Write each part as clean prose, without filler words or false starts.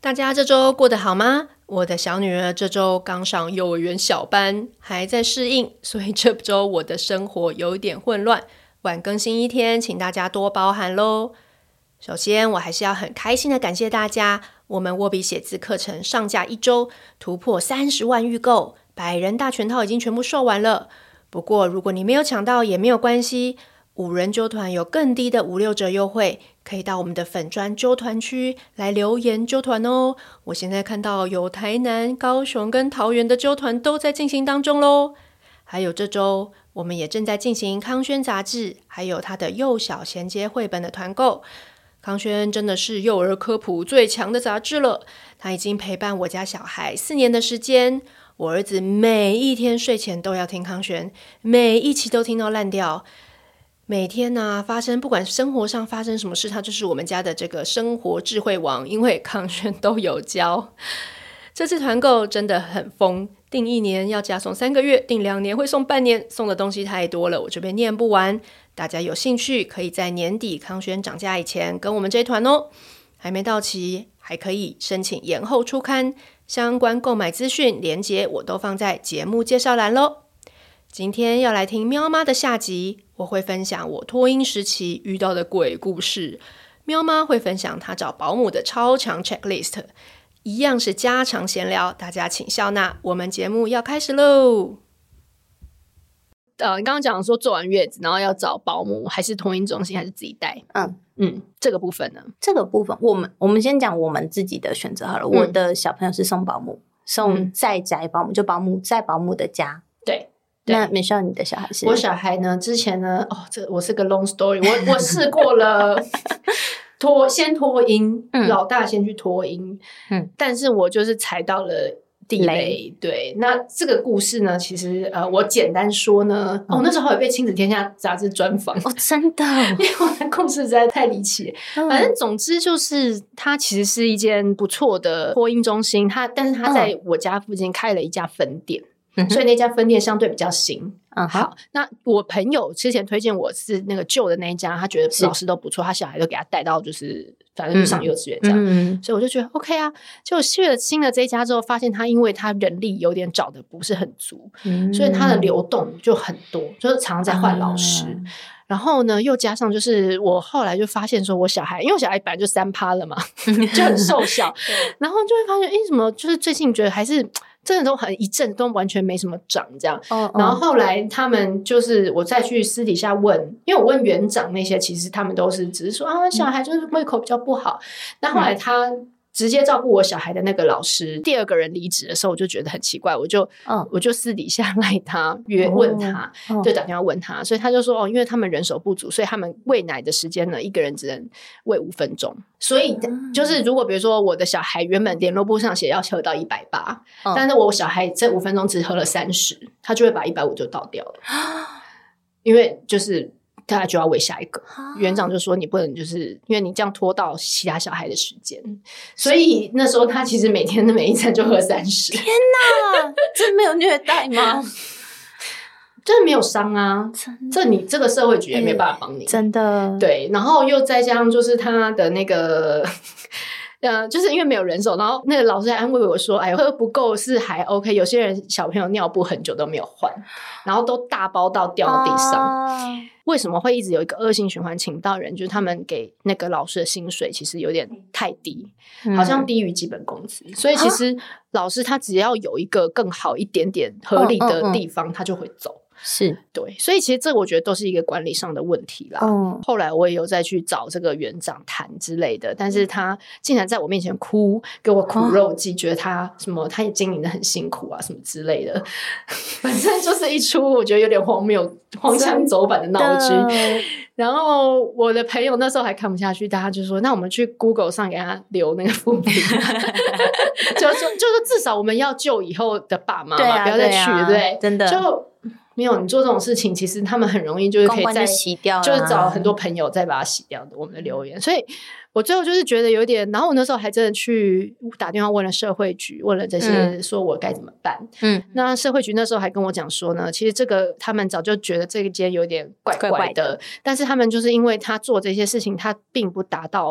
大家这周过得好吗？我的小女儿这周刚上幼儿园小班，还在适应，所以这周我的生活有一点混乱，晚更新一天，请大家多包涵咯。首先我还是要很开心的感谢大家，我们握笔写字课程上架1周，突破30万预购，100人大全套已经全部售完了。不过如果你没有抢到也没有关系，5人揪团有更低的5、6折优惠，可以到我们的粉专揪团区来留言揪团哦。我现在看到有台南、高雄跟桃园的揪团都在进行当中咯。还有这周我们也正在进行康轩杂志还有它的幼小衔接绘本的团购。康轩真的是幼儿科普最强的杂志了，它已经陪伴我家小孩4年的时间。我儿子每一天睡前都要听康轩，每一期都听到烂掉。每天呢，不管生活上发生什么事，他就是我们家的这个生活智慧王，因为康轩都有教。这次团购真的很疯，订1年要加送3个月，订2年会送半年，送的东西太多了，我这边念不完。大家有兴趣可以在年底康轩涨价以前跟我们这一团哦，还没到期还可以申请延后出刊，相关购买资讯连结我都放在节目介绍栏咯。今天要来听喵妈的下集，我会分享我托婴时期遇到的鬼故事，喵妈会分享她找保姆的超强 checklist， 一样是家常闲聊，大家请笑纳，我们节目要开始咯。你刚刚讲说坐完月子然后要找保姆，还是托婴中心，还是自己带？这个部分呢？这个部分我们先讲我们自己的选择好了。我的小朋友是送保姆，送在宅保姆，就保姆在保姆的家。 对。 那Michelle你的小孩是？ 我小孩呢，之前呢，我是个 long story， 我试过了先托婴，老大先去托婴，但是我就是踩到了地雷。对，那这个故事呢，其实我简单说呢，那时候也被亲子天下杂志专访真的， 因为我的故事实在太离奇。反正总之就是它其实是一间不错的托婴中心，但是它在我家附近开了一家分店，所以那家分店相对比较新。好，那我朋友之前推荐我是那个旧的那一家，他觉得老师都不错，他小孩都给他带到就是反正就上幼稚园这样，所以我就觉得 OK 啊。就去了新的这一家之后，发现他因为他人力有点找的不是很足，所以他的流动就很多，就是常常在换老师。然后呢，又加上就是我后来就发现说，我小孩因为我小孩本来就3%了嘛，就很瘦小，然后就会发现怎么就是最近觉得还是真的都一阵都完全没什么长这样。然后后来他们就是我再去私底下问，因为我问园长那些，其实他们都是只是说小孩就是胃口比较不好。那后来他直接照顾我小孩的那个老师第2个人离职的时候，我就觉得很奇怪，我就私底下赖他问他，就打电话问他，所以他就说因为他们人手不足，所以他们喂奶的时间呢，1个人只能喂5分钟，所以就是如果比如说我的小孩原本联络簿上写要喝到180，但是我小孩这5分钟只喝了30，他就会把150就倒掉了，因为就是他就要喂下一个。园长就说你不能就是因为你这样拖到其他小孩的时间，所以那时候他其实每天的每一餐就喝30。 天哪，这没有虐待吗？ 真的没有伤啊，这个社会局也没办法帮你， 真的。 对，然后又再加上就是他的那个就是因为没有人手，然后那个老师还安慰我说喝不够是还 OK， 有些人小朋友尿布很久都没有换，然后都大包到掉到地上。为什么会一直有一个恶性循环？请到人就是他们给那个老师的薪水其实有点太低，好像低于基本工资，所以其实老师他只要有一个更好一点点合理的地方，他就会走。 是， 对，所以其实这我觉得都是一个管理上的问题啦。后来我也有再去找这个园长谈之类的，但是他竟然在我面前哭，给我苦肉计，觉得他他也经营的很辛苦啊什么之类的，反正就是一出我觉得有点荒谬荒腔走板的闹剧。然后我的朋友那时候还看不下去，大家就说那我们去 Google 上给他留那个负评就是至少我们要救以后的爸妈嘛，不要再去，对不对？ 真的就没有你做这种事情，其实他们很容易就是可以再洗掉， 就是找很多朋友再把它洗掉我们的留言。所以我最后就是觉得有点，然后我那时候还真的去打电话问了社会局，问了这些说我该怎么办。那社会局那时候还跟我讲说呢，其实这个他们早就觉得这个间有点怪怪的，但是他们就是因为他做这些事情他并不达到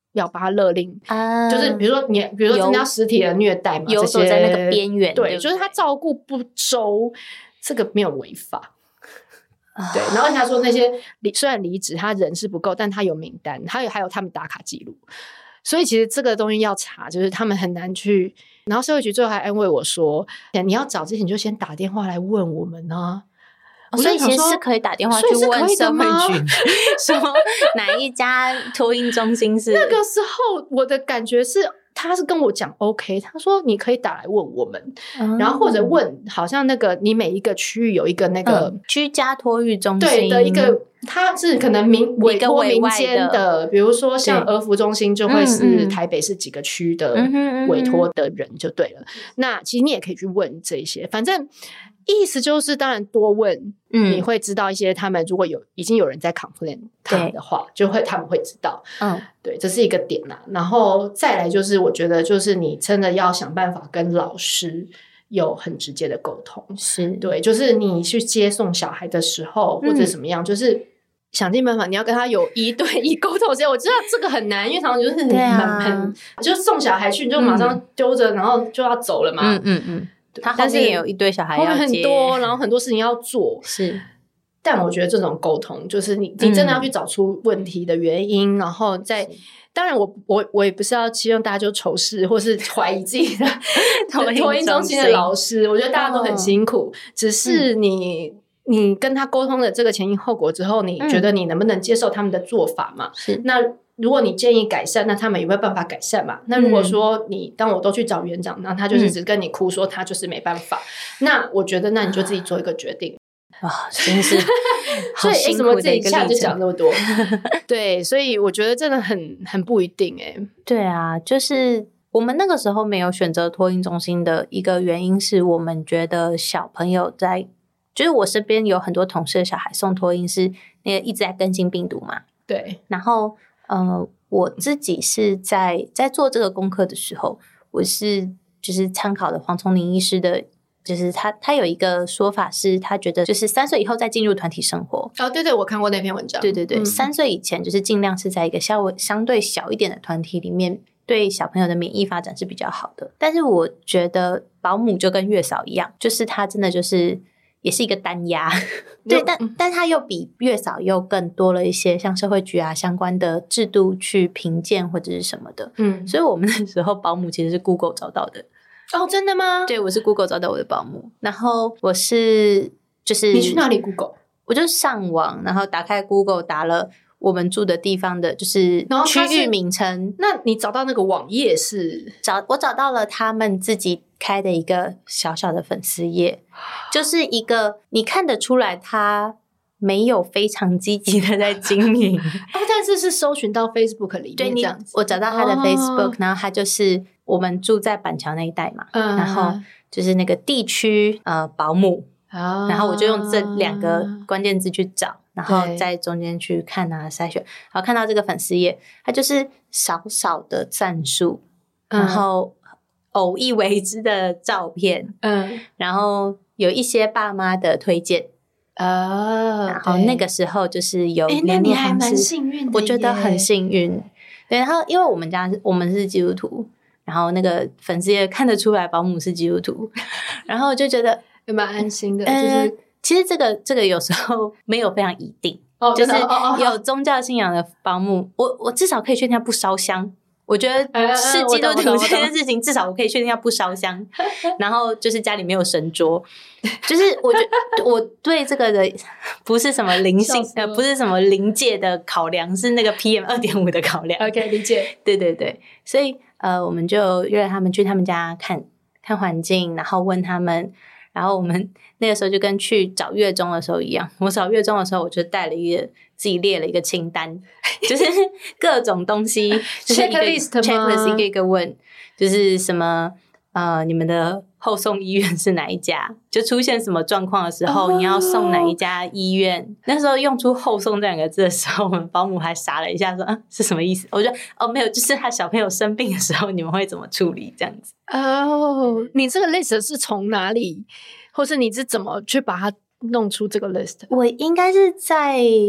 要把它勒令，就是比如说真的要实体的虐待嘛， 游走在那个边缘， 对，就是他照顾不周，这个没有违法。对，然后他说那些虽然离职他人是不够，但他有名单，还有他们打卡记录，所以其实这个东西要查，就是他们很难去。然后社会局最后还安慰我说，你要找之前就先打电话来问我们啊。 所以其实是可以打电话去问社会局说哪一家托婴中心是。 那个时候我的感觉是他是跟我讲 OK， 他说你可以打来问我们，然后或者问好像那个你每一个区域有一个那个居家托育中心对的一个，他是可能委托民间的，比如说像儿福中心就会是台北市几个区的委托的人就对了。那其实你也可以去问这些，反正意思就是当然多问，你会知道一些他们如果已经有人在 complain 他们的话，他们会知道。对，这是一个点啦。然后再来就是我觉得就是你真的要想办法跟老师有很直接的沟通， 是对，就是你去接送小孩的时候或者怎么样，就是想尽办法你要跟他有1对1沟通。我知道这个很难，因为常常就是很就送小孩去你就马上丢着然后就要走了嘛。 他后面也有一堆小孩要接， 很多，然后很多事情要做， 是。 但我觉得这种沟通就是你真的要去找出问题的原因，然后再当然我也不是要希望大家就仇视或是怀疑自己的托婴中心的老师，我觉得大家都很辛苦，只是你跟他沟通了这个前因后果之后，你觉得你能不能接受他们的做法嘛？ 是。 那如果你建议改善，那他们有没有办法改善嘛？那如果说当我都去找园长，那他就是只跟你哭说他就是没办法，那我觉得那你就自己做一个决定。 真是所以什么这一下就讲那么多对，所以我觉得真的很不一定对啊，就是我们那个时候没有选择托婴中心的一个原因是我们觉得小朋友就是我身边有很多同事的小孩送托婴是那个一直在更新病毒嘛。 对， 然后我自己是在做这个功课的时候，我是就是参考了黄聪宁医师的，就是他有一个说法是他觉得就是3岁以后再进入团体生活。 对，我看过那篇文章。 对，3岁以前就是尽量是在一个相对小一点的团体里面，对小朋友的免疫发展是比较好的。但是我觉得保姆就跟月嫂一样，就是他真的就是也是一个单压对，但他又比月嫂又更多了一些像社会局啊相关的制度去评鉴或者是什么的。所以我们那时候保姆其实是 Google 找到的。 真的吗？ 对，我是 Google 找到我的保姆，然后我是就是你去哪里 Google？ 我就上网，然后打开 Google 打了我们住的地方的就是区域名称。 那你找到那个网页是我找到了他们自己开的一个小小的粉丝页，就是一个你看得出来他没有非常积极的在经营但是搜寻到 Facebook 里面这样子。 我找到他的 Facebook，然后他就是我们住在板桥那一带嘛，然后就是那个地区保姆，然后我就用这2个关键字去找，然后在中间去看啊筛选，然后看到这个粉丝页，它就是少少的赞数，然后偶一为之的照片，然后有一些爸妈的推荐。然后那个时候就是有联络方式， 那你还蛮幸运的， 我觉得很幸运。对，然后因为我们是基督徒，然后那个粉丝也看得出来保姆是基督徒，然后就觉得也蛮安心的。就是其实这个有时候没有非常一定，就是有宗教信仰的保姆，我至少可以确定他不烧香。我觉得是基督徒这件事情，至少我可以确定要不烧香，然后就是家里没有神桌，就是我觉得我对这个的不是什么灵性不是什么灵界的考量，是那个 PM2.5 的考量。 OK， 理解。 对，所以我们就约了他们去他们家看环境，然后问他们。然后我们那个时候就跟去找月中的时候一样，我找月中的时候我就带了自己列了一个清单，就是各种东西就是一个 checklist 一个问，就是什么你们的后送医院是哪一家，就出现什么状况的时候你要送哪一家医院。那时候用出后送这2个字的时候，我们保姆还傻了一下说是什么意思。我说没有，就是他小朋友生病的时候你们会怎么处理这样子。 你这个 list 是从哪里，或是你是怎么去把它弄出这个 list？ 我应该是在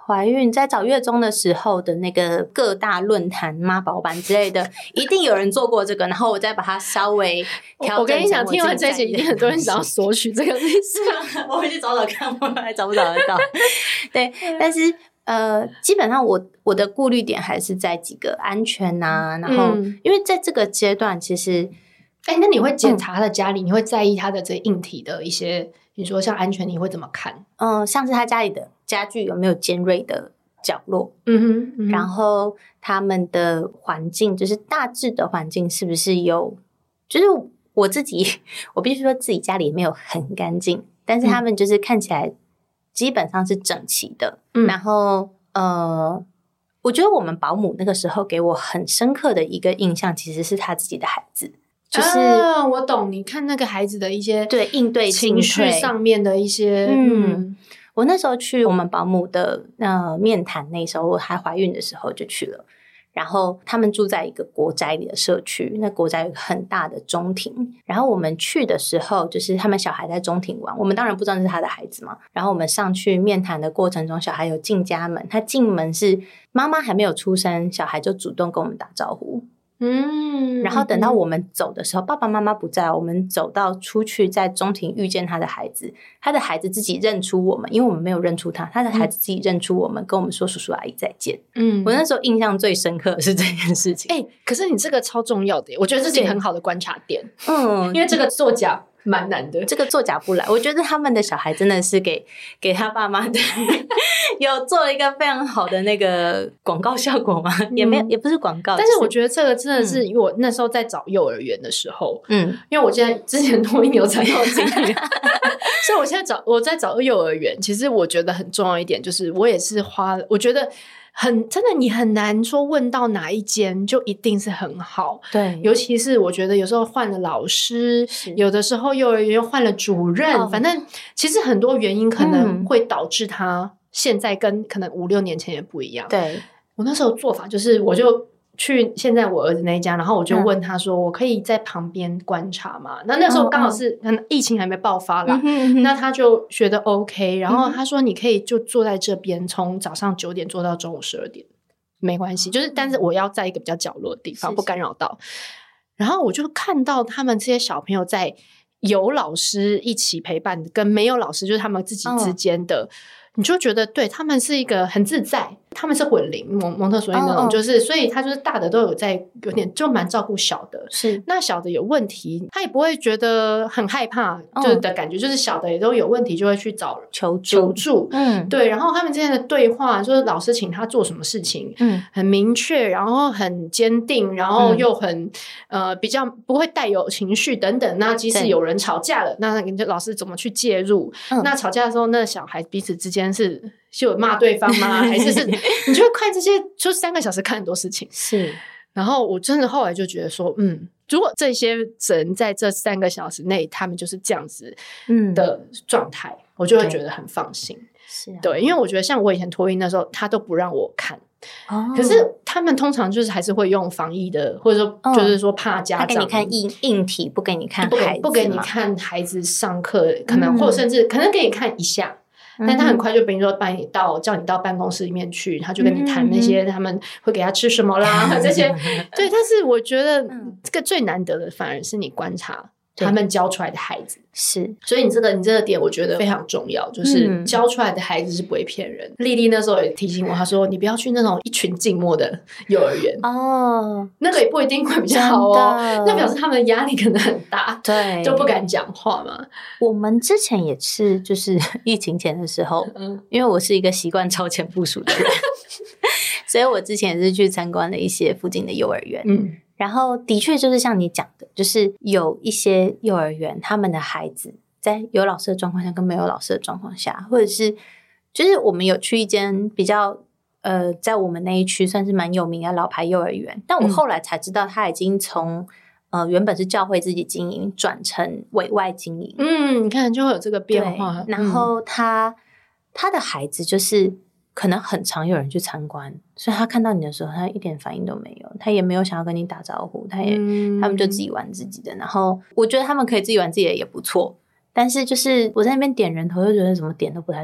怀孕在早月中的时候的那个各大论坛妈宝版之类的，一定有人做过这个，然后我再把它稍微调整。 我跟你讲，听完这集一定很多人想要索取这个历史， 我回去找找看，我还找不找得到。对，但是基本上我的顾虑点还是在几个安全啊，然后因为在这个阶段，其实， 那你会检查他的家里，你会在意他的这硬体的一些，你说像安全，你会怎么看？ 像是他家里的家具有没有尖锐的角落，然后他们的环境，就是大致的环境是不是有，就是我必须说自己家里没有很干净，但是他们就是看起来基本上是整齐的，然后我觉得我们保姆那个时候给我很深刻的一个印象，其实是他自己的孩子。就是我懂，你看那个孩子的一些对应对情绪上面的一些我那时候去我们保姆的面谈，那时候我还怀孕的时候就去了，然后他们住在一个国宅里的社区，那国宅有一个很大的中庭，然后我们去的时候就是他们小孩在中庭玩，我们当然不知道那是他的孩子嘛，然后我们上去面谈的过程中，小孩有进家门，他进门是妈妈还没有出生，小孩就主动跟我们打招呼，然后等到我们走的时候，爸爸妈妈不在，我们走到出去在中庭遇见他的孩子，他的孩子自己认出我们，因为我们没有认出他，他的孩子自己认出我们，跟我们说叔叔阿姨再见。我那时候印象最深刻的是这件事情。 可是你这个超重要的，我觉得这是一个很好的观察点。因为这个作假蛮难的， 这个作假不来。我觉得他们的小孩真的是给他爸妈的有做了一个非常好的那个广告效果吗？也没有，也不是广告。 但是我觉得这个真的是，因为我那时候在找幼儿园的时候，因为我现在之前托婴有产到经历，所以我现在我在找幼儿园。其实我觉得很重要一点就是，我也是我觉得。真的你很难说问到哪一间就一定是很好， 对， 尤其是我觉得有时候换了老师，有的时候幼儿园又换了主任，反正其实很多原因可能会导致他现在跟可能5-6年前也不一样。 对， 我那时候做法就是我就去现在我儿子那一家，然后我就问他说我可以在旁边观察吗？那时候刚好是疫情还没爆发啦，那他就觉得 OK， 然后他说你可以就坐在这边，从早上9点坐到中午12点没关系，就是但是我要在一个比较角落的地方，不干扰到。然后我就看到他们这些小朋友在有老师一起陪伴跟没有老师，就是他们自己之间的你就觉得对他们是一个很自在，他们是混龄蒙特梭利那种，就是所以他就是大的都有在有点就蛮照顾小的， 是那小的有问题他也不会觉得很害怕，就是的感觉就是小的也都有问题就会去找求助，对，然后他们之间的对话就是老师请他做什么事情，很明确，然后很坚定，然后又很比较不会带有情绪等等。那即使有人吵架了，那老师怎么去介入？那吵架的时候，那小孩彼此之间是有骂对方吗？还是你就会看这些，就3个小时看很多事情。 是， 然后我真的后来就觉得说，如果这些人在这3个小时内，他们就是这样子的状态，我就会觉得很放心。 是啊， 对，因为我觉得像我以前托婴的时候，他都不让我看。可是他们通常就是还是会用防疫的，或者说就是说怕家长， 他给你看硬体，不给你看孩子， 不给你看孩子上课，可能或者甚至可能给你看一下。但他很快就比如说叫你到办公室里面去，他就跟你谈那些他们会给他吃什么啦这些。对，但是我觉得这个最难得的反而是你观察他们教出来的孩子。 是， 所以你这个点我觉得非常重要，就是教出来的孩子是不会骗人。丽丽那时候也提醒我，她说你不要去那种一群静默的幼儿园那个也不一定会比较好那表示他们的压力可能很大， 对， 就不敢讲话嘛。 我们之前也是就是疫情前的时候因为我是一个习惯超前部署的人所以我之前也是去参观了一些附近的幼儿园然后的确就是像你讲的，就是有一些幼儿园他们的孩子在有老师的状况下跟没有老师的状况下，或者是就是我们有去一间比较在我们那一区算是蛮有名的老牌幼儿园，但我后来才知道他已经从原本是教会自己经营转成委外经营你看就会有这个变化。 然后他的孩子就是可能很常有人去参观，所以他看到你的时候他一点反应都没有，他也没有想要跟你打招呼，他们就自己玩自己的。然后我觉得他们可以自己玩自己的也不错，但是就是我在那边点人头就觉得怎么点都不太对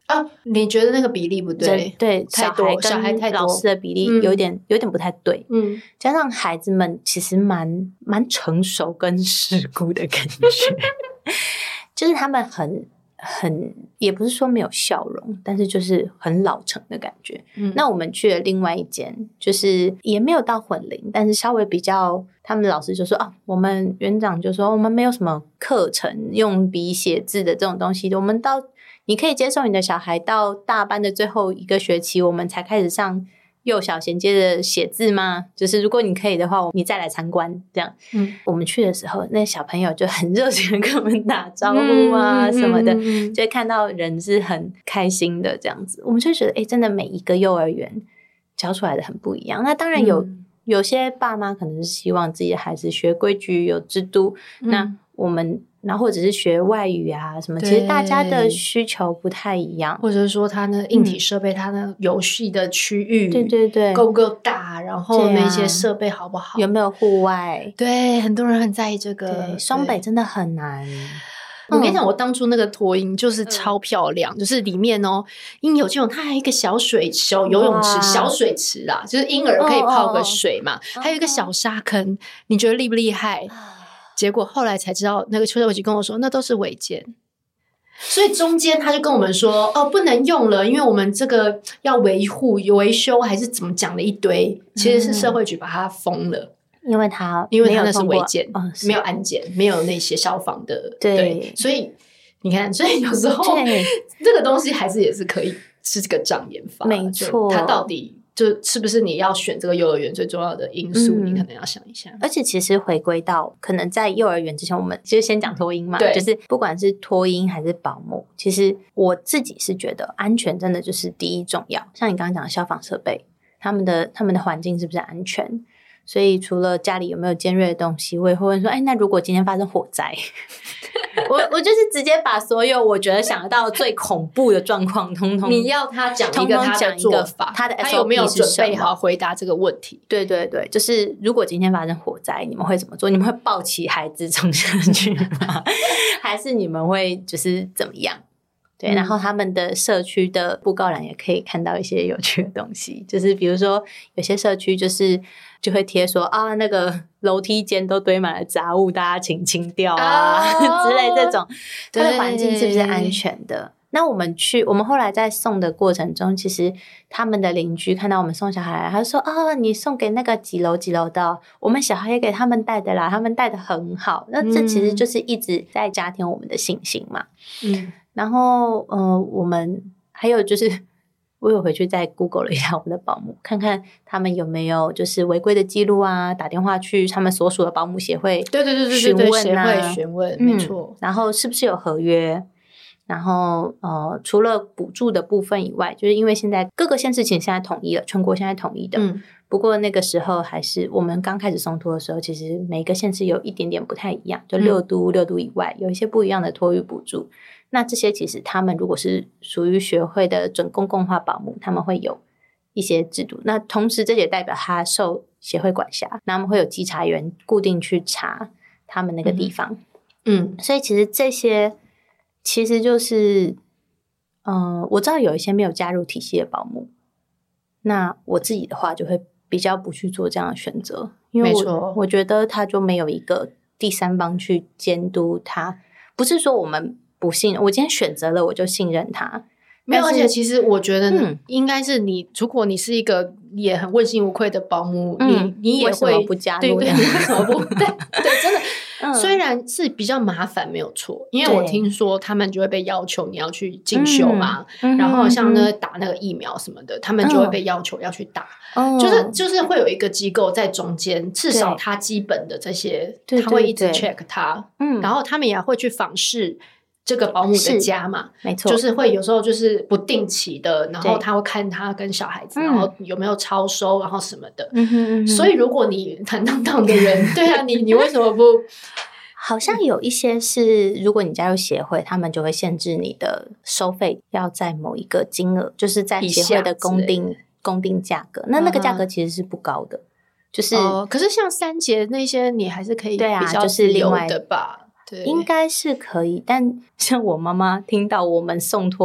你觉得那个比例不对？ 对， 太多小孩太多， 老师的比例有点不太对。加上孩子们其实蛮成熟跟世故的感觉，就是他们很也不是说没有笑容，但是就是很老成的感觉。那我们去了另外一间，就是也没有到混龄，但是稍微比较，他们的老师就说我们园长就说我们没有什么课程用笔写字的这种东西，我们你可以接受你的小孩到大班的最后一个学期，我们才开始上幼小衔接的写字吗？就是如果你可以的话，你再来参观这样。我们去的时候，那小朋友就很热情的跟我们打招呼啊什么的，就会看到人是很开心的这样子。我们就觉得真的每一个幼儿园教出来的很不一样。那当然有些爸妈可能是希望自己的孩子学规矩有制度，那我们然后或者是学外语啊什么，其实大家的需求不太一样， 或者是说他那硬体设备，他那游戏的区域， 对， 够不够大，然后那些设备好不好， 有没有户外？ 对，很多人很在意这个。 对，双北真的很难。 我跟你讲，我当初那个托婴就是超漂亮，就是里面婴有这种，它还有一个小游泳池，小水池啦，就是婴儿可以泡个水嘛，还有一个小沙坑，你觉得厉不厉害？结果后来才知道，那个邱教授跟我说，那都是违建。所以中间他就跟我们说，不能用了，因为我们这个要维护、维修还是怎么讲了一堆，其实是社会局把它封了， 因为他那是违建，没有安检，没有那些消防的，对，所以你看，所以有时候这个东西还是也是可以是个障眼法， 没错， 它到底就是不是你要选这个幼儿园最重要的因素，你可能要想一下。 而且其实回归到可能在幼儿园之前，我们就先讲托婴嘛，就是不管是托婴还是保姆，其实我自己是觉得安全真的就是第一重要。像你刚刚讲的消防设备，他们的环境是不是安全？所以除了家里有没有尖锐的东西，我也会问说，那如果今天发生火灾，我就是直接把所有我觉得想得到最恐怖的状况，通通你要他讲一个他的做法， 他的 SOP 他有没有准备好回答这个问题？ 对，就是如果今天发生火灾，你们会怎么做？你们会抱起孩子冲下去吗？还是你们会就是怎么样？对，然后他们的社区的布告栏也可以看到一些有趣的东西，就是比如说有些社区就会贴说那个楼梯间都堆满了杂物，大家请清掉之类这种，它的环境是不是安全的？那我们后来在送的过程中，其实他们的邻居看到我们送小孩来，他就说你送给那个几楼的，我们小孩也给他们带的啦，他们带的很好。那这其实就是一直在加添我们的信心嘛。然后我们还有就是我有回去再 Google 了一下我们的保姆，看看他们有没有就是违规的记录啊，打电话去他们所属的保姆协会对询问啊， 协会询问，没错。 然后是不是有合约？然后除了补助的部分以外，就是因为现在各个县市其实现在统一了，全国现在统一的。不过那个时候还是我们刚开始送托的时候，其实每个县市有一点点不太一样，就6都以外有一些不一样的托育补助。那这些其实他们如果是属于学会的准公共化保姆，他们会有一些制度。那同时这也代表他受协会管辖，那他们会有稽查员固定去查他们那个地方。所以其实这些其实就是我知道有一些没有加入体系的保姆，那我自己的话就会比较不去做这样的选择，因为我觉得他就没有一个第三方去监督他，不是说我们不信任，我今天选择了我就信任他。 没有，而且其实我觉得应该是你，如果你是一个也很问心无愧的保姆，你也会为什么不加入？ 对，为什么不？对，真的，虽然是比较麻烦，没有错，因为我听说他们就会被要求你要去进修嘛，然后像打那个疫苗什么的，他们就会被要求要去打，就是会有一个机构在中间，至少他基本的这些，他会一直 check 他，然后他们也会去访视这个保姆的家嘛， 没错， 就是会有时候就是不定期的，然后他会看他跟小孩子，然后有没有超收，然后什么的。所以如果你坦荡荡的人，对啊，你为什么不？ 好像有一些是，如果你加入协会，他们就会限制你的收费要在某一个金额，就是在协会的公定价格。那个价格其实是不高的，就是可是像3节那些，你还是可以对啊， 比较就是另外的吧。对， 应该是可以，但像我妈妈听到我们送托的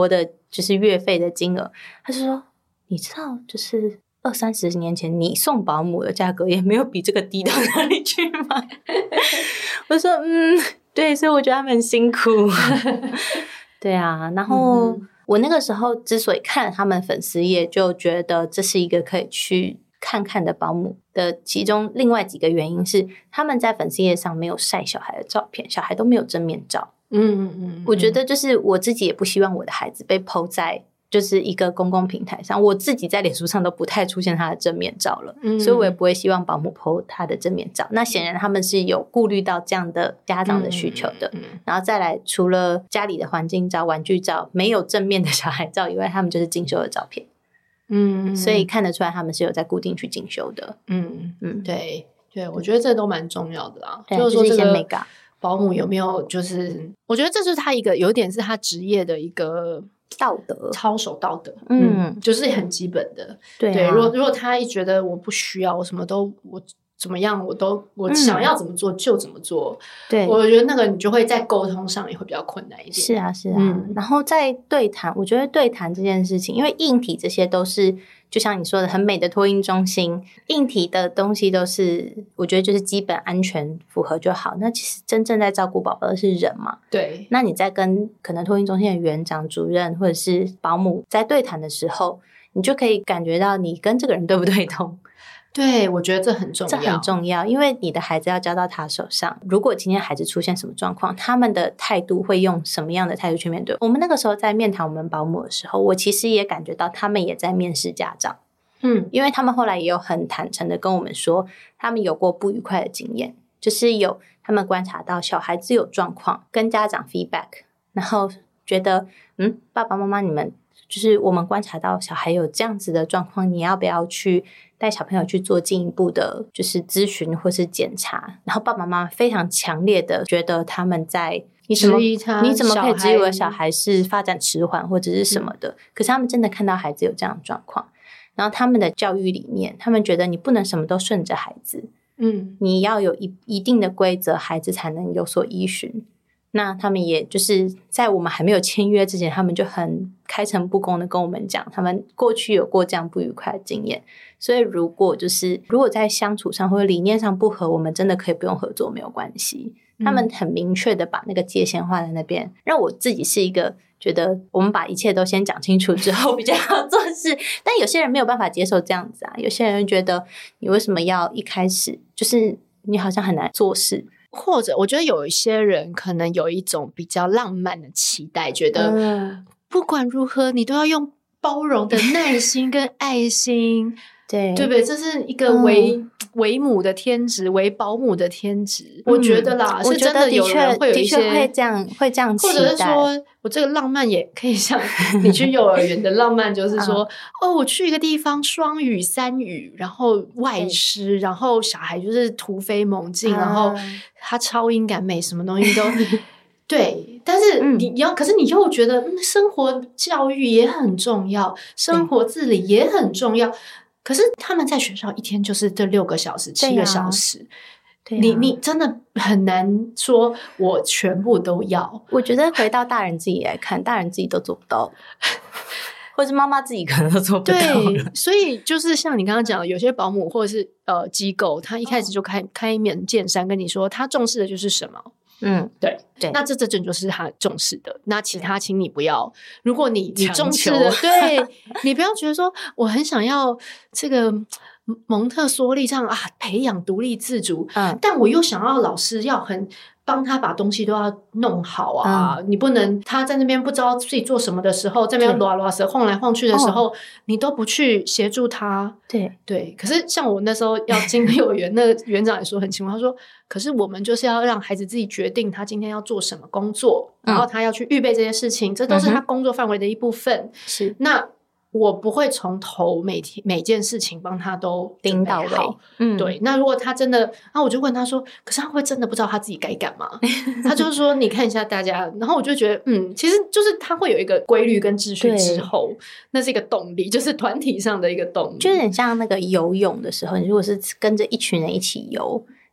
就是月费的金额，他就说你知道就是20-30年前你送保姆的价格也没有比这个低到哪里去吗？我说对，所以我觉得他们很辛苦。对啊，然后我那个时候之所以看了他们粉丝页，就觉得这是一个可以去看看的保姆的其中另外几个原因是他们在粉丝页上没有晒小孩的照片，小孩都没有正面照。我觉得就是我自己也不希望我的孩子被 po 在就是一个公共平台上，我自己在脸书上都不太出现他的正面照了，所以我也不会希望保姆 po 他的正面照。那显然他们是有顾虑到这样的家长的需求的。然后再来，除了家里的环境照、玩具照没有正面的小孩照以外，他们就是进修的照片。所以看得出来他们是有在固定去进修的。 对对，我觉得这都蛮重要的啦。 就是说这个 mega 保姆有没有，就是我觉得这就是他一个有点是他职业的一个道德操守道德，就是很基本的。对，如果他一觉得我不需要，我什么都我怎么样我想要怎么做就怎么做，对，我觉得那个你就会在沟通上也会比较困难一点。 是啊是啊，然后在对谈，我觉得对谈这件事情，因为硬体这些都是就像你说的很美的托婴中心，硬体的东西都是我觉得就是基本安全符合就好。那其实真正在照顾宝宝的是人嘛， 对。 那你在跟可能托婴中心的园长、主任或者是保姆在对谈的时候，你就可以感觉到你跟这个人对不对通。 对，我觉得这很重要， 这很重要，因为你的孩子要交到他手上。如果今天孩子出现什么状况，他们的态度会用什么样的态度去面对？我们那个时候在面谈我们保姆的时候，我其实也感觉到他们也在面试家长。因为他们后来也有很坦诚的跟我们说，他们有过不愉快的经验，就是有他们观察到小孩子有状况，跟家长 feedback， 然后觉得爸爸妈妈你们就是我们观察到小孩有这样子的状况，你要不要去带小朋友去做进一步的就是咨询或是检查？然后爸爸妈妈非常强烈的觉得他们在你怎么可以质疑我的小孩是发展迟缓或者是什么的？可是他们真的看到孩子有这样的状况，然后他们的教育理念，他们觉得你不能什么都顺着孩子，你要有一定的规则，孩子才能有所依循。那他们也就是在我们还没有签约之前，他们就很开诚布公的跟我们讲，他们过去有过这样不愉快的经验。所以如果在相处上或者理念上不合，我们真的可以不用合作，没有关系。他们很明确的把那个界限画在那边，让我自己是一个觉得我们把一切都先讲清楚之后比较好做事。但有些人没有办法接受这样子啊，有些人觉得你为什么要一开始就是你好像很难做事， 或者我觉得有一些人可能有一种比较浪漫的期待，觉得不管如何你都要用包容的耐心跟爱心对不对？这是一个为母的天职，为保姆的天职。我觉得啦，是真的有人会有一些会这样期待， 或者是说我这个浪漫也可以像你去幼儿园的浪漫，就是说我去一个地方双语3语，然后外师，然后小孩就是突飞猛进，然后他超音感美，什么东西都对。但是可是你又觉得生活教育也很重要，生活自理也很重要。可是他们在学校一天就是这6个小时、7个小时，你真的很难说我全部都要。 我觉得回到大人自己来看，大人自己都做不到，或是妈妈自己可能都做不到。 对，所以就是像你刚刚讲的，有些保姆或者是机构，他一开始就开门见山跟你说，他重视的就是什么。对，那这就是他重视的。那其他请你不要，如果你重视的，对，你不要觉得说我很想要这个蒙特梭利这样培养独立自主，但我又想要老师要很帮他把东西都要弄好啊，你不能他在那边不知道自己做什么的时候，在那边拉舌晃来晃去的时候，你都不去协助他。对。可是像我那时候要进幼儿园，那个园长也说很清楚，他说可是我们就是要让孩子自己决定他今天要做什么工作，然后他要去预备这些事情，这都是他工作范围的一部分。 是， 那我不会从头每件事情帮他都盯到位。 对。那如果他真的，我就问他说，可是他会真的不知道他自己该干嘛？他就是说你看一下大家，然后我就觉得其实就是他会有一个规律跟秩序之后，那是一个动力，就是团体上的一个动力， 就有点像那个游泳的时候，你如果是跟着一群人一起游，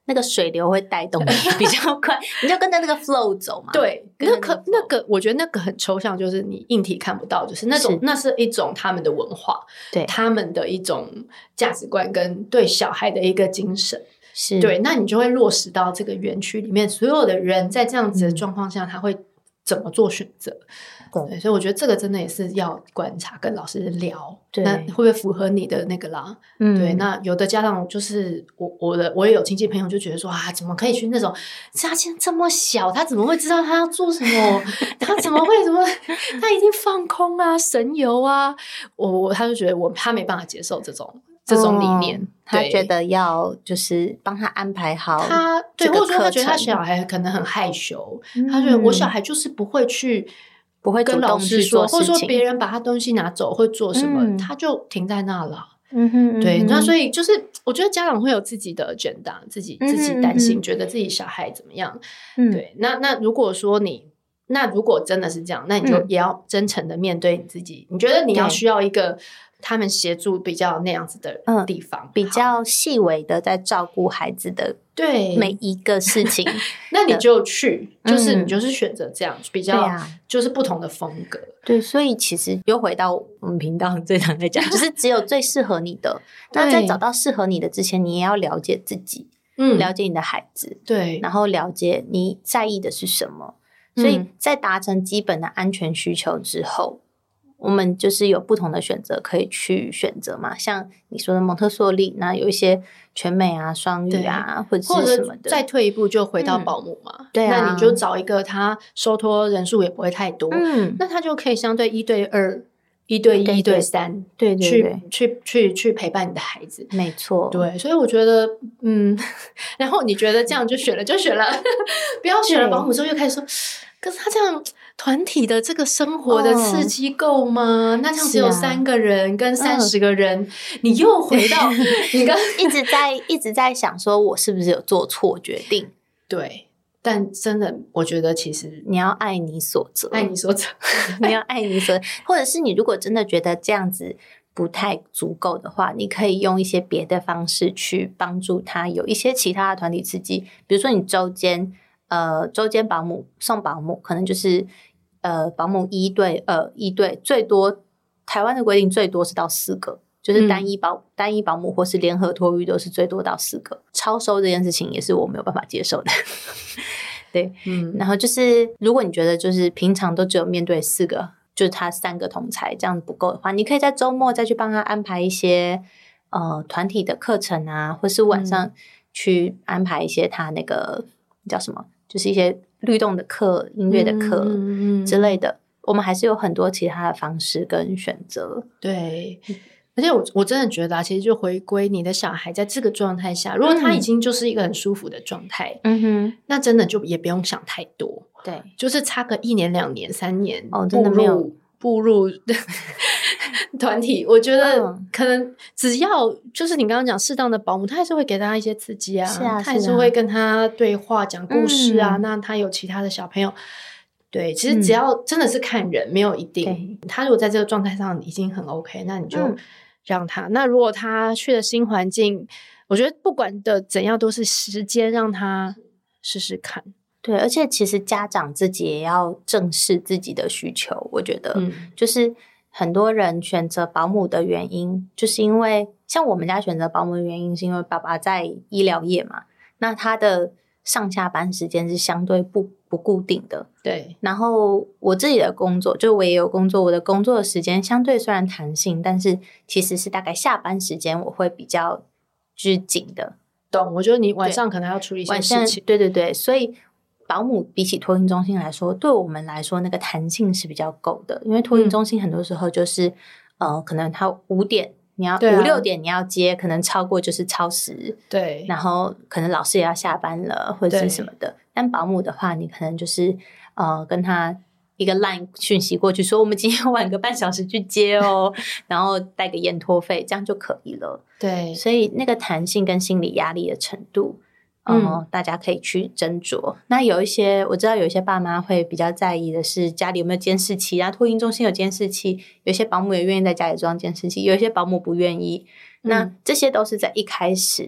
那个水流会带动你比较快，你就跟着那个 flow 走嘛。 对，那个我觉得那个很抽象，就是你硬体看不到，就是那是一种他们的文化， 对， 他们的一种价值观跟对小孩的一个精神。 是， 对，那你就会落实到这个园区里面，所有的人在这样子的状况下，他会怎么做选择？对，所以我觉得这个真的也是要观察，跟老师聊， 对， 那会不会符合你的那个啦？对，那有的家长就是我也有亲戚朋友就觉得说啊，怎么可以去那种家境这么小，他怎么会知道他要做什么？他怎么会他一定放空啊，神游啊？他就觉得他没办法接受这种理念， 他觉得要就是帮他安排好他对，或者说他觉得他小孩可能很害羞，他觉得我小孩就是不会跟老师说，或者说别人把他东西拿走会做什么，他就停在那了。对，那所以就是我觉得家长会有自己的agenda，自己担心，觉得自己小孩怎么样。对，那如果说如果真的是这样，那你就也要真诚的面对你自己。你觉得你要需要一个他们协助比较那样子的地方， 比较细微的在照顾孩子的每一个事情， 那你就去，就是你就是选择这样比较，就是不同的风格。 对，所以其实又回到我们频道最常在讲，就是只有最适合你的。那在找到适合你的之前，你也要了解自己，了解你的孩子， 对， 然后了解你在意的是什么。所以在达成基本的安全需求之后，我们就是有不同的选择可以去选择嘛，像你说的蒙特梭利，那有一些全美啊、双语啊，或者是什么的。 再退一步就回到保姆嘛， 对啊， 那你就找一个他收托人数也不会太多，那他就可以相对1对2、1对1、1对3， 对对对，去陪伴你的孩子， 没错。 对，所以我觉得，然后你觉得这样就选了，不要选了保姆之后又开始说，可是他这样。团体的这个生活的刺激够吗？那这样只有3个人跟30个人，你又回到你刚一直在想说，我是不是有做错决定？ 对，但真的，我觉得其实你要爱你所择， 你要爱你所择，或者是你如果真的觉得这样子不太足够的话，你可以用一些别的方式去帮助他，有一些其他的团体刺激，比如说你周间保姆送保姆，可能就是保姆1对2、1对，最多台湾的规定最多是到4个，就是单一保姆或是联合托育都是最多到4个。超收这件事情也是我没有办法接受的。对，然后就是如果你觉得就是平常都只有面对4个，就是他3个同侪这样不够的话，你可以在周末再去帮他安排一些团体的课程啊，或是晚上去安排一些他那个叫什么，就是一些律动的课、音乐的课之类的，我们还是有很多其他的方式跟选择。 对，而且我真的觉得其实就回归你的小孩在这个状态下，如果他已经就是一个很舒服的状态，那真的就也不用想太多。 对， 就是差个1年、2年、3年， 真的没有步入团体，我觉得可能只要就是你刚刚讲适当的保姆，他还是会给他一些刺激啊，他还是会跟他对话讲故事啊，那他有其他的小朋友，对，其实只要真的是看人，没有一定，他如果在这个状态上已经很 OK， 那你就让他，那如果他去了新环境，我觉得不管的怎样都是时间让他试试看。 对，而且其实家长自己也要正视自己的需求，我觉得就是很多人选择保姆的原因，就是因为像我们家选择保姆的原因是因为爸爸在医疗业嘛，那他的上下班时间是相对不固定的。 对， 然后我自己的工作，就我也有工作，我的工作的时间相对虽然弹性，但是其实是大概下班时间我会比较紧的。 懂，我觉得你晚上可能要处理一些事情。 对对对，所以保姆比起托婴中心来说，对我们来说那个弹性是比较够的，因为托婴中心很多时候就是可能他5点你要5、6点你要接，可能超过就是超时， 对， 然后可能老师也要下班了或者是什么的。但保姆的话，你可能就是跟他一个 LINE 讯息过去说，我们今天晚个半小时去接哦，然后带个延托费，这样就可以了。 对， 所以那个弹性跟心理压力的程度。大家可以去斟酌。那我知道有一些爸妈会比较在意的是家里有没有监视器啊，托婴中心有监视器，有些保姆也愿意在家里装监视器，有一些保姆不愿意。那这些都是在一开始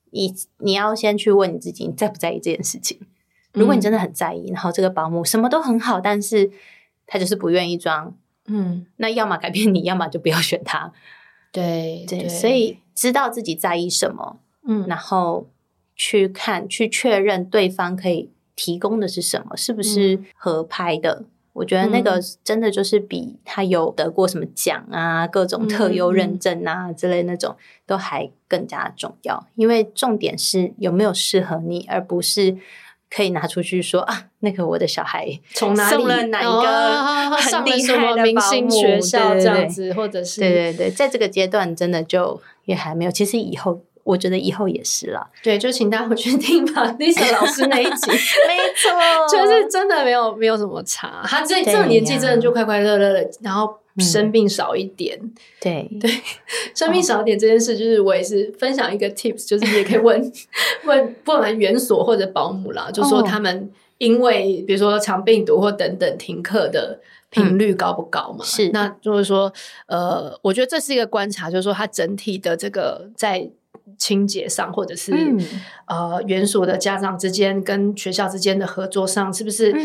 你要先去问你自己，你在不在意这件事情。如果你真的很在意，然后这个保姆什么都很好，但是他就是不愿意装，那要么改变你，要么就不要选他。 对， 所以知道自己在意什么，然后去确认对方可以提供的是什么，是不是合拍的。我觉得那个真的就是比他有得过什么奖啊，各种特优认证啊之类那种都还更加重要，因为重点是有没有适合你，而不是可以拿出去说啊，那个我的小孩从哪里送了哪一个很厉害的明星学校这样子， 对或者是对，在这个阶段真的就也还没有，其实以后我觉得以后也是啦。 对，就请大家回去听吧Lisa 老师那一集没错， 就是真的没有什么差，他这个年纪真的就快快乐乐的，然后生病少一点。 对， 生病少一点这件事，就是我也是分享一个 tips， 就是你也可以问不管园所或者保姆啦，就说他们因为比如说肠病毒或等等停课的频率高不高嘛？ 是， 那就是说我觉得这是一个观察，就是说它整体的这个在清洁上，或者是园所的家长之间跟学校之间的合作上，是不是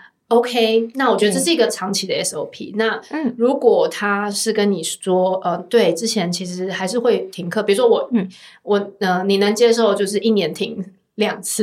OK？ 那我觉得这是一个长期的 SOP。那如果他是跟你说对，之前其实还是会停课，比如说你能接受就是1年停2次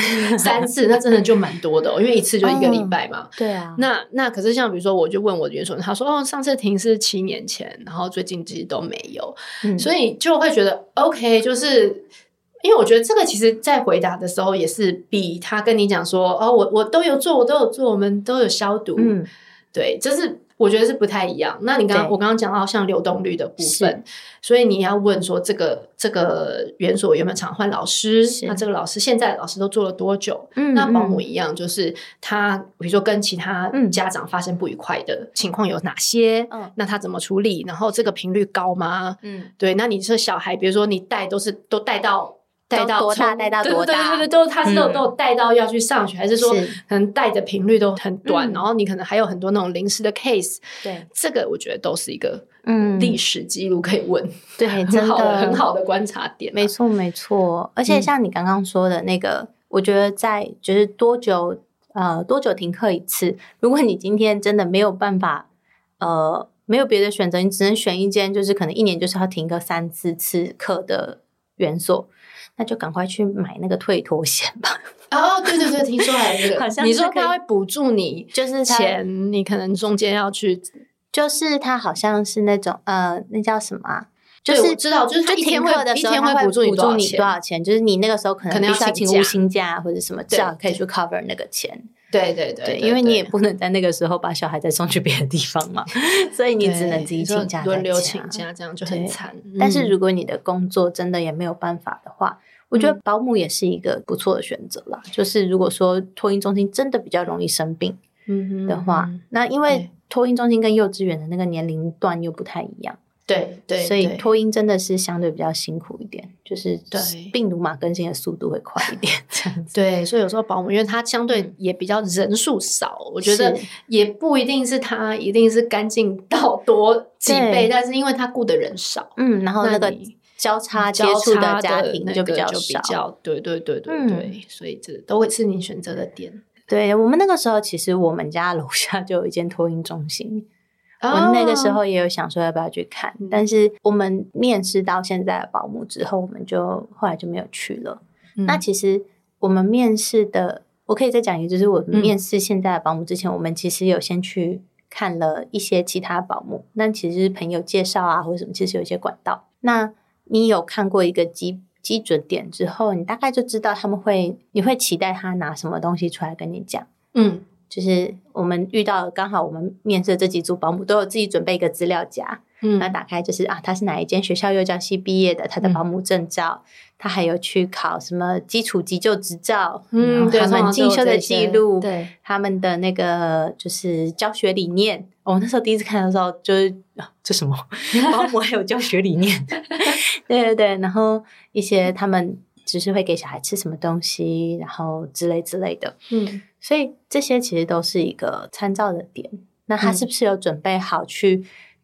3次，那真的就蛮多的因为一次就1个礼拜嘛。 对啊。 那可是像比如说我就问我的园所，他说上次停是7年前，然后最近其实都没有，所以就会觉得 OK， 就是因为我觉得这个其实在回答的时候也是比他跟你讲说我都有做，我们都有消毒，对，就是我觉得是不太一样。那我刚刚讲到像流动率的部分，所以你要问说这个园所有没有常换老师，那这个老师现在的老师都做了多久，那保姆一样，就是他比如说跟其他家长发生不愉快的情况有哪些，那他怎么处理，然后这个频率高吗？对，那你说小孩比如说你都带到多大带到多大， 对，他是都有带到要去上学，还是说可能带的频率都很短，然后你可能还有很多那种临时的 case， 对，这个我觉得都是一个历史记录可以问， 对， 很好的观察点， 没错。而且像你刚刚说的那个，我觉得在就是多久停课一次，如果你今天真的没有办法没有别的选择，你只能选一间就是可能1年就是要停个3-4次课的园所，那就赶快去买那个退脱险吧。 对，听说还有这个，你说他会补助你，就是钱，你可能中间要去， 就是他好像是那种那叫什么就是我知道，就是他一天会补助你多少钱，就是你那个时候可能必须要请无薪假或者什么，至少可以去 cover 那个钱。 对， 因为你也不能在那个时候把小孩再送去别的地方嘛，所以你只能自己请假， 轮流请假，这样就很惨。 但是如果你的工作真的也没有办法的话，我觉得保姆也是一个不错的选择啦。就是如果说托婴中心真的比较容易生病的话，那因为托婴中心跟幼稚园的那个年龄段又不太一样。 对， 所以托婴真的是相对比较辛苦一点，就是病毒嘛更新的速度会快一点这样子。 对，所以有时候保姆因为它相对也比较人数少，我觉得也不一定是它一定是干净到多几倍，但是因为它顾的人少， 然后那个交叉接触的家庭就比较少， 对，所以这都会是你选择的点。 对，我们那个时候其实我们家楼下就有一间托婴中心。我那个时候也有想说要不要去看，但是我们面试到现在的保姆之后，我们就后来就没有去了。那其实我们面试的，我可以再讲一个，就是我们面试现在的保姆之前，我们其实有先去看了一些其他保姆，那其实是朋友介绍啊或者什么，其实有一些管道。那你有看过一个基准点之后，你大概就知道你会期待他拿什么东西出来跟你讲。就是我们遇到刚好我们面试的这几组保姆都有自己准备一个资料夹，那打开就是他是哪一间学校幼教系毕业的，他的保姆证照，他还有去考什么基础急救执照，他们进修的记录，对，他们的那个就是教学理念。我那时候第一次看的时候就是这什么保姆还有教学理念对，然后一些他们只是会给小孩吃什么东西，然后之类的，所以这些其实都是一个参照的点。那他是不是有准备好去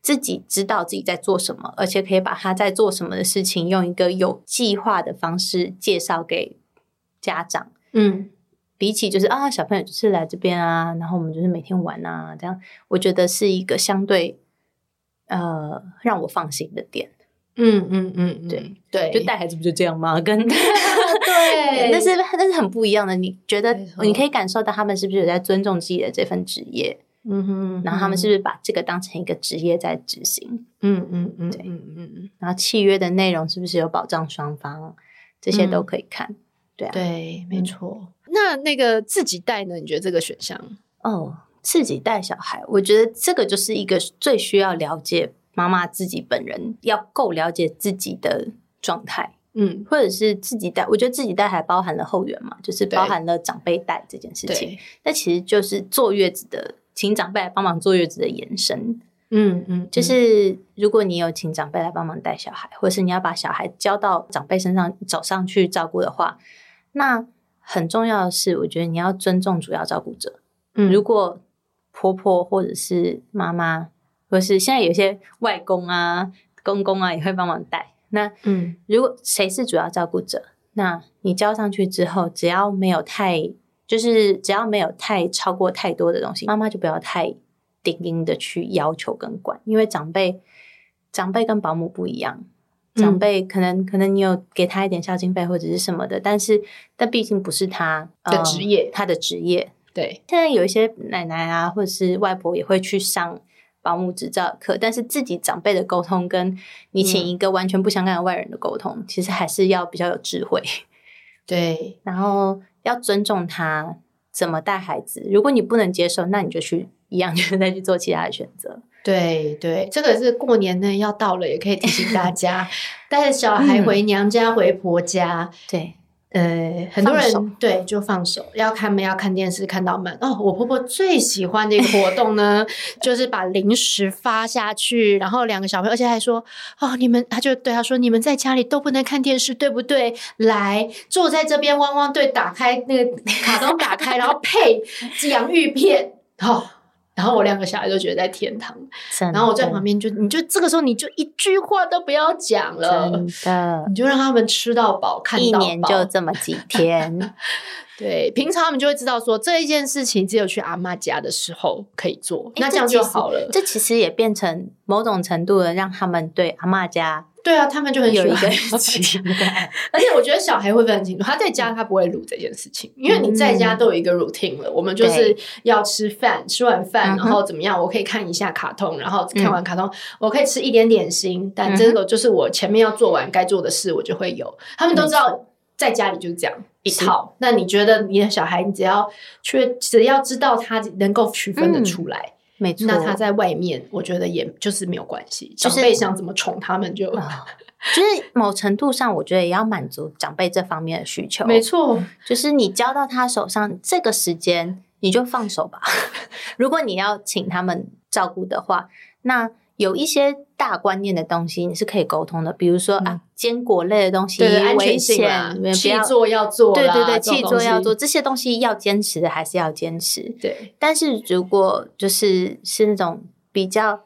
自己知道自己在做什么，而且可以把他在做什么的事情用一个有计划的方式介绍给家长。比起就是小朋友就是来这边啊，然后我们就是每天玩啊，这样我觉得是一个相对让我放心的点。 对， 就带孩子不就这样吗？跟对， 但是很不一样的。你觉得你可以感受到他们是不是有在尊重自己的这份职业？然后他们是不是把这个当成一个职业在执行？对，然后契约的内容是不是有保障双方？这些都可以看。对啊， 对，没错。那个自己带呢？你觉得这个选项？ 自己带小孩，我觉得这个就是一个最需要了解妈妈自己本人，要够了解自己的状态。或者是自己带，我觉得自己带还包含了后援嘛，就是包含了长辈带这件事情。那其实就是坐月子的，请长辈来帮忙坐月子的延伸。就是如果你有请长辈来帮忙带小孩，或者是你要把小孩交到长辈身上走上去照顾的话，那很重要的是，我觉得你要尊重主要照顾者。如果婆婆或者是妈妈，或者是现在有些外公啊、公公啊也会帮忙带。那如果谁是主要照顾者，那你交上去之后，只要没有太超过太多的东西，妈妈就不要太钉钉的去要求跟管，因为长辈跟保姆不一样。长辈可能你有给他一点孝经费或者是什么的，但毕竟不是他的职业， 他的职业。 对， 现在有一些奶奶啊，或者是外婆也会去上保姆执照课，但是自己长辈的沟通跟你请一个完全不相干的外人的沟通，其实还是要比较有智慧。 对， 然后要尊重他怎么带孩子，如果你不能接受，那你就去一样就是再去做其他的选择。 对，这个是过年呢要到了，也可以提醒大家带着小孩回娘家回婆家。 对， 很多人对就放手，要看电视看到闷。我婆婆最喜欢的一个活动呢，就是把零食发下去，然后2个小朋友，而且还说他就对他说，你们在家里都不能看电视，对不对？来坐在这边，汪汪队打开那个卡通打开，然后配洋芋片，然后我2个小孩都觉得在天堂，然后我在旁边你就这个时候你就一句话都不要讲了，真的，你就让他们吃到饱看到饱， 一年就这么几天。 对，平常他们就会知道说这一件事情只有去阿嬷家的时候可以做，那这样就好了。 这其实也变成某种程度的让他们对阿嬷家， 对啊，他们就很有一个期待。 而且我觉得小孩会分很清楚，他在家他不会录这件事情，因为你在家都有一个 routine 了，我们就是要吃饭，吃完饭然后怎么样，我可以看一下卡通，然后看完卡通我可以吃一点点心，但这个就是我前面要做完该做的事，我就会有，他们都知道在家里就是这样一套。那你觉得你的小孩，你只要知道他能够区分得出来， 没错， 那他在外面我觉得也就是没有关系，长辈想怎么宠他们就是某程度上我觉得也要满足长辈这方面的需求。 没错， 就是你交到他手上这个时间你就放手吧。如果你要请他们照顾的话，那有一些大观念的东西你是可以沟通的，比如说坚果类的东西危险， 气座要做啦， 对，气座要做，这些东西要坚持的还是要坚持。 对， 但是如果是那种比较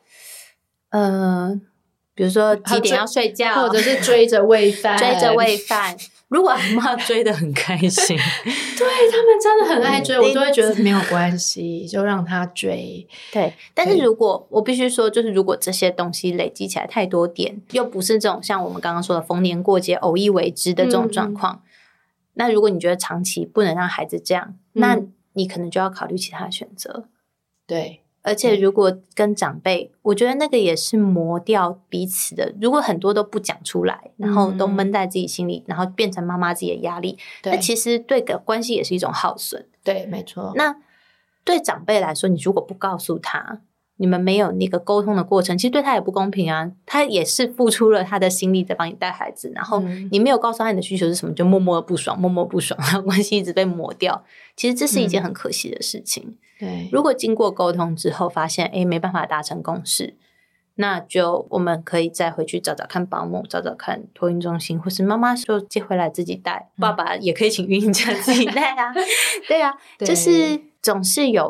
比如说几点要睡觉， 或者是追着喂饭如果阿嬷追得很开心对，他们真的很爱追，我都会觉得没有关系，就让他追。 对，但是如果我必须说，就是如果这些东西累积起来太多点，又不是这种像我们刚刚说的逢年过节偶一为之的这种状况，那如果你觉得长期不能让孩子这样，那你可能就要考虑其他的选择。 对， 而且如果跟长辈，我觉得那个也是磨掉彼此的，如果很多都不讲出来，然后都闷在自己心里，然后变成妈妈自己的压力，那其实对个关系也是一种耗损。 对，没错。 那对长辈来说，你如果不告诉他，你们没有那个沟通的过程，其实对他也不公平啊。他也是付出了他的心力在帮你带孩子，然后你没有告诉他你的需求是什么，就默默不爽，然后关系一直被磨掉。其实这是一件很可惜的事情。 对， 如果经过沟通之后发现没办法达成共识，那就我们可以再回去找找看保姆，找找看托婴中心，或是妈妈就接回来自己带，爸爸也可以请孕假自己带啊。对啊，就是总是有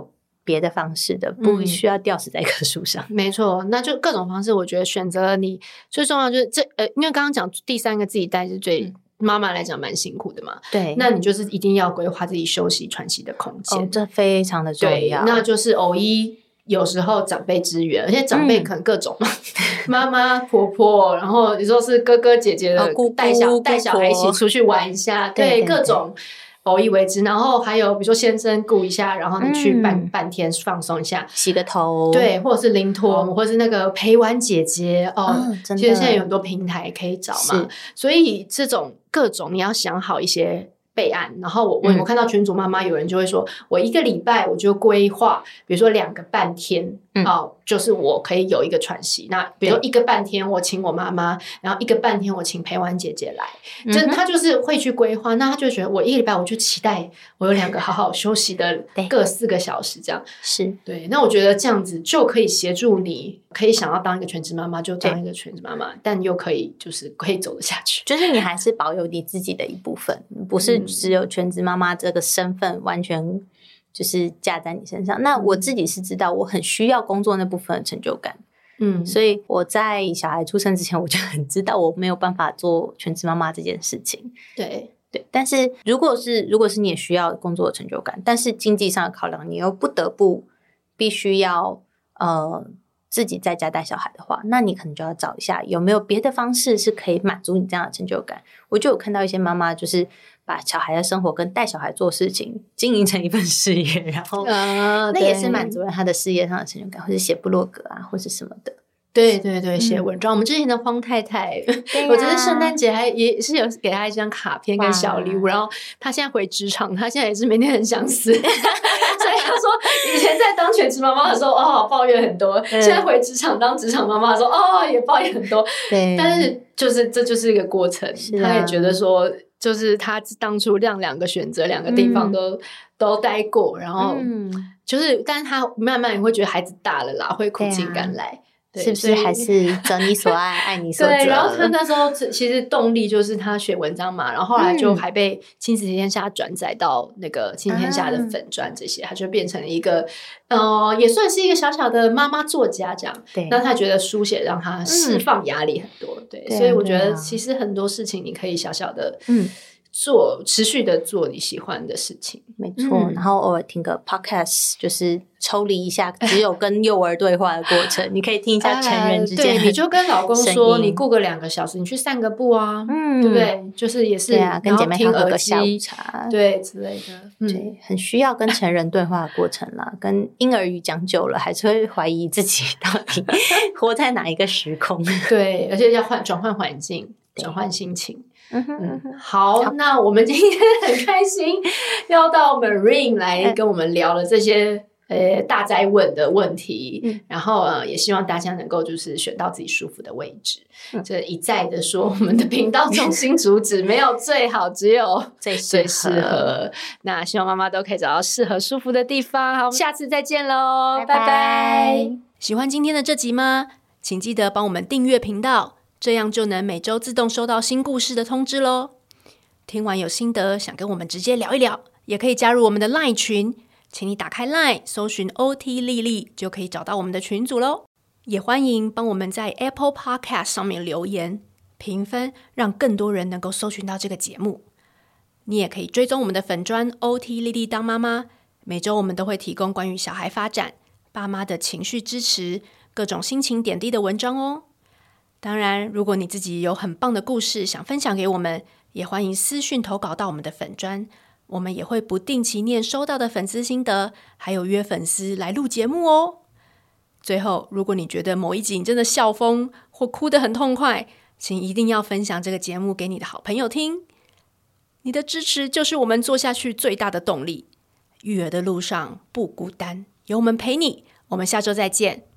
别的方式的，不需要吊死在一棵树上。 没错，那就各种方式，我觉得选择你最重要就是因为刚刚讲第3个自己带是最妈妈来讲蛮辛苦的嘛， 对， 那你就是一定要规划自己休息喘息的空间， 这非常的重要。 那就是偶一有时候长辈支援，而且长辈可能各种嘛，妈妈、婆婆，然后有时候是哥哥姐姐的带小孩一起出去玩一下，对，各种偶一为之。然后还有比如说先生顾一下，然后你去半天放松一下， 洗个头， 对，或者是临托，或者是那个陪玩姐姐真的， 其实现在有很多平台可以找嘛，所以这种各种你要想好一些备案。然后我看到群组妈妈有人就会说，我1个礼拜我就规划，比如说2个半天就是我可以有一个喘息。那比如说1个半天我请我妈妈，然后1个半天我请陪玩姐姐来，他就是会去规划。那他就觉得我1个礼拜我就期待我有2个好好休息的各4个小时这样。 是， 对，那我觉得这样子就可以协助你，可以想要当一个全职妈妈就当一个全职妈妈，但又可以就是可以走得下去， 就是你还是保有你自己的一部分，不是只有全职妈妈这个身份完全就是架在你身上。那我自己是知道我很需要工作那部分的成就感，所以我在小孩出生之前我就很知道我没有办法做全职妈妈这件事情。 对， 但是如果是你也需要工作的成就感，但是经济上的考量你又不得不必须要自己在家带小孩的话，那你可能就要找一下有没有别的方式是可以满足你这样的成就感。我就有看到一些妈妈就是把小孩的生活跟带小孩做事情经营成一份事业，然后那也是满足了她的事业上的成就感，或者写部落格啊或是什么的。 对对对，写文章。我们之前的荒太太，我觉得圣诞节也是有给她一张卡片跟小礼物，然后她现在回职场，她现在也是每天很想死。所以她说以前在当全职妈妈的时候抱怨很多，现在回职场当职场妈妈的时候也抱怨很多。对，但是这就是一个过程。她也觉得说就是她当初让2个选择2个地方都待过，然后就是但是她慢慢也会觉得孩子大了啦，会苦尽甘来。 是不是还是择你所爱爱你所择？ 对，然后他那时候其实动力就是他写文章嘛，然后后来就还被亲子天下转载到那个亲子天下的粉专这些，他就变成了一个也算是一个小小的妈妈作家这样。对，那他觉得书写让他释放压力很多，对，所以我觉得其实很多事情你可以小小的持续的做你喜欢的事情。 没错，然后偶尔听个 podcast， 就是抽离一下只有跟幼儿对话的过程，你可以听一下成人之间。 对，你就跟老公说你顾个2个小时，你去散个步啊，对不对？就是也是跟姐妹喝个下午茶， 对之类的。 对，很需要跟成人对话的过程啦。跟婴儿语讲久了，还是会怀疑自己到底活在哪一个时空。 对，而且要转换环境，转换心情。好，那我们今天很开心要到 Marine 来跟我们聊了这些大哉问的问题，然后也希望大家能够就是选到自己舒服的位置。这一再的说，我们的频道中心主旨没有最好，只有最适合。那希望妈妈都可以找到适合舒服的地方。好，下次再见咯，拜拜。 喜欢今天的这集吗？请记得帮我们订阅频道，这样就能每周自动收到新故事的通知咯。听完有心得想跟我们直接聊一聊，也可以加入我们的 LINE 群，请你打开 LINE 搜寻 OT 丽丽就可以找到我们的群组咯。也欢迎帮我们在 Apple Podcast 上面留言评分，让更多人能够搜寻到这个节目。你也可以追踪我们的粉专 OT 丽丽当妈妈，每周我们都会提供关于小孩发展、爸妈的情绪支持、各种心情点滴的文章哦。当然，如果你自己有很棒的故事想分享给我们，也欢迎私讯投稿到我们的粉专，我们也会不定期念收到的粉丝心得，还有约粉丝来录节目哦。最后，如果你觉得某一集你真的笑疯或哭得很痛快，请一定要分享这个节目给你的好朋友听。你的支持就是我们做下去最大的动力。育儿的路上不孤单，有我们陪你。我们下周再见，